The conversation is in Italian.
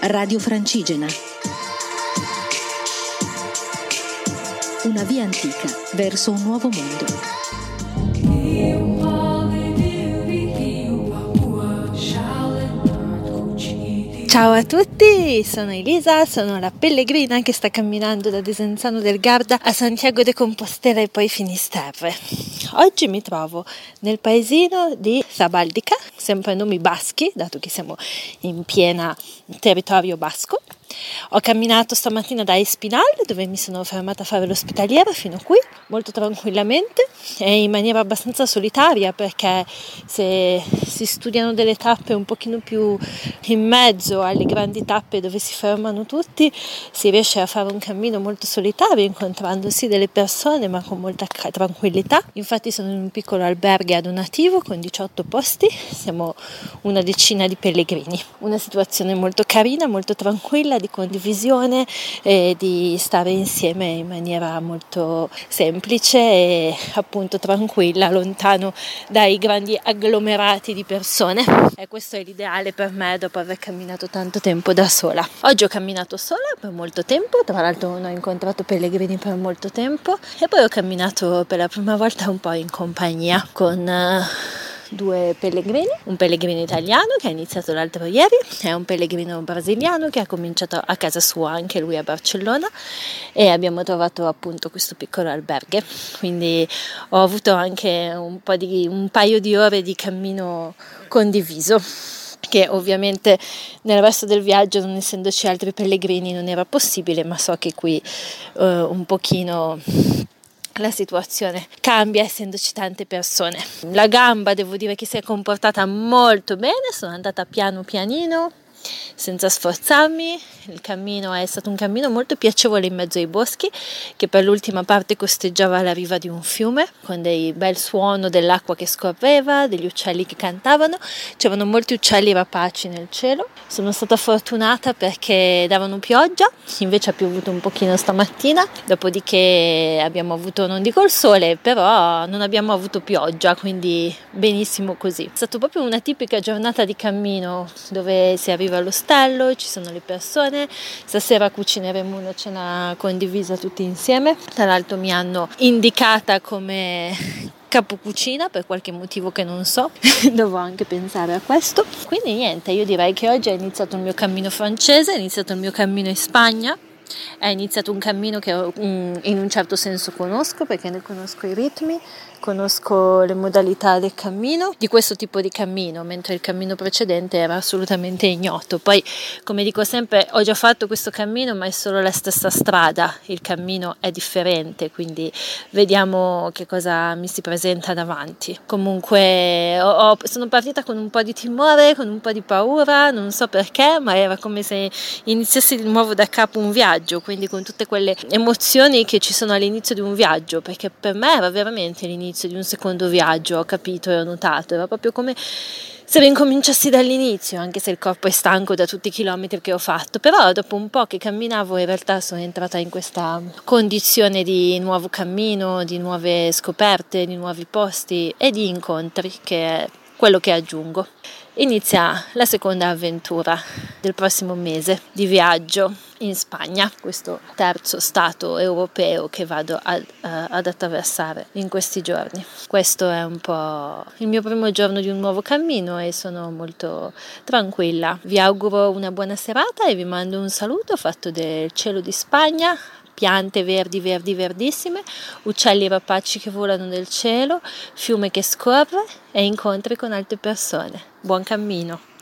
Radio Francigena. Una via antica verso un nuovo mondo. Ciao a tutti, sono Elisa, sono la pellegrina che sta camminando da Desenzano del Garda a Santiago de Compostela e poi Finisterre. Oggi mi trovo nel paesino di Zabaldica, sempre nomi baschi, dato che siamo in piena territorio basco. Ho camminato stamattina da Espinal, dove mi sono fermata a fare l'ospitaliera, fino a qui, molto tranquillamente e in maniera abbastanza solitaria, perché se si studiano delle tappe un pochino più in mezzo alle grandi tappe dove si fermano tutti, si riesce a fare un cammino molto solitario, incontrandosi delle persone ma con molta tranquillità. Infatti sono in un piccolo albergo donativo con 18 posti, siamo una decina di pellegrini. Una situazione molto carina, molto tranquilla, di condivisione e di stare insieme in maniera molto semplice e appunto tranquilla, lontano dai grandi agglomerati di persone. E questo è l'ideale per me dopo aver camminato tanto tempo da sola. Oggi ho camminato sola per molto tempo, tra l'altro non ho incontrato pellegrini per molto tempo, e poi ho camminato per la prima volta un po' in compagnia con due pellegrini, un pellegrino italiano che ha iniziato l'altro ieri e un pellegrino brasiliano che ha cominciato a casa sua, anche lui a Barcellona, e abbiamo trovato appunto questo piccolo albergo, quindi ho avuto anche un paio di ore di cammino condiviso, che ovviamente nel resto del viaggio, non essendoci altri pellegrini, non era possibile, ma so che qui un pochino la situazione cambia essendoci tante persone. La gamba devo dire che si è comportata molto bene, sono andata piano pianino senza sforzarmi. Il cammino è stato un cammino molto piacevole in mezzo ai boschi, che per l'ultima parte costeggiava la riva di un fiume con dei bel suono dell'acqua che scorreva, degli uccelli che cantavano. C'erano molti uccelli rapaci nel cielo. Sono stata fortunata perché davano pioggia, invece ha piovuto un pochino stamattina, dopodiché abbiamo avuto, non dico il sole, però non abbiamo avuto pioggia, quindi benissimo così. È stata proprio una tipica giornata di cammino dove si arriva all'ostello, ci sono le persone. Stasera cucineremo una cena condivisa tutti insieme. Tra l'altro mi hanno indicata come capocucina per qualche motivo che non so, devo anche pensare a questo. Quindi niente, io direi che oggi è iniziato il mio cammino francese, è iniziato il mio cammino in Spagna. È iniziato un cammino che in un certo senso conosco, perché ne conosco i ritmi, conosco le modalità del cammino, di questo tipo di cammino, mentre il cammino precedente era assolutamente ignoto. Poi, come dico sempre, ho già fatto questo cammino, ma è solo la stessa strada, il cammino è differente, quindi vediamo che cosa mi si presenta davanti. Comunque sono partita con un po' di timore, con un po' di paura, non so perché, ma era come se iniziassi di nuovo da capo un viaggio, quindi con tutte quelle emozioni che ci sono all'inizio di un viaggio, perché per me era veramente l'inizio di un secondo viaggio, ho capito e ho notato, era proprio come se ricominciassi dall'inizio, anche se il corpo è stanco da tutti i chilometri che ho fatto, però dopo un po' che camminavo in realtà sono entrata in questa condizione di nuovo cammino, di nuove scoperte, di nuovi posti e di incontri, che è quello che aggiungo. Inizia la seconda avventura del prossimo mese di viaggio in Spagna, questo terzo stato europeo che vado ad attraversare in questi giorni. Questo è un po' il mio primo giorno di un nuovo cammino e sono molto tranquilla. Vi auguro una buona serata e vi mando un saluto fatto del cielo di Spagna, piante verdi, verdissime, uccelli rapaci che volano nel cielo, fiume che scorre e incontri con altre persone. Buon cammino!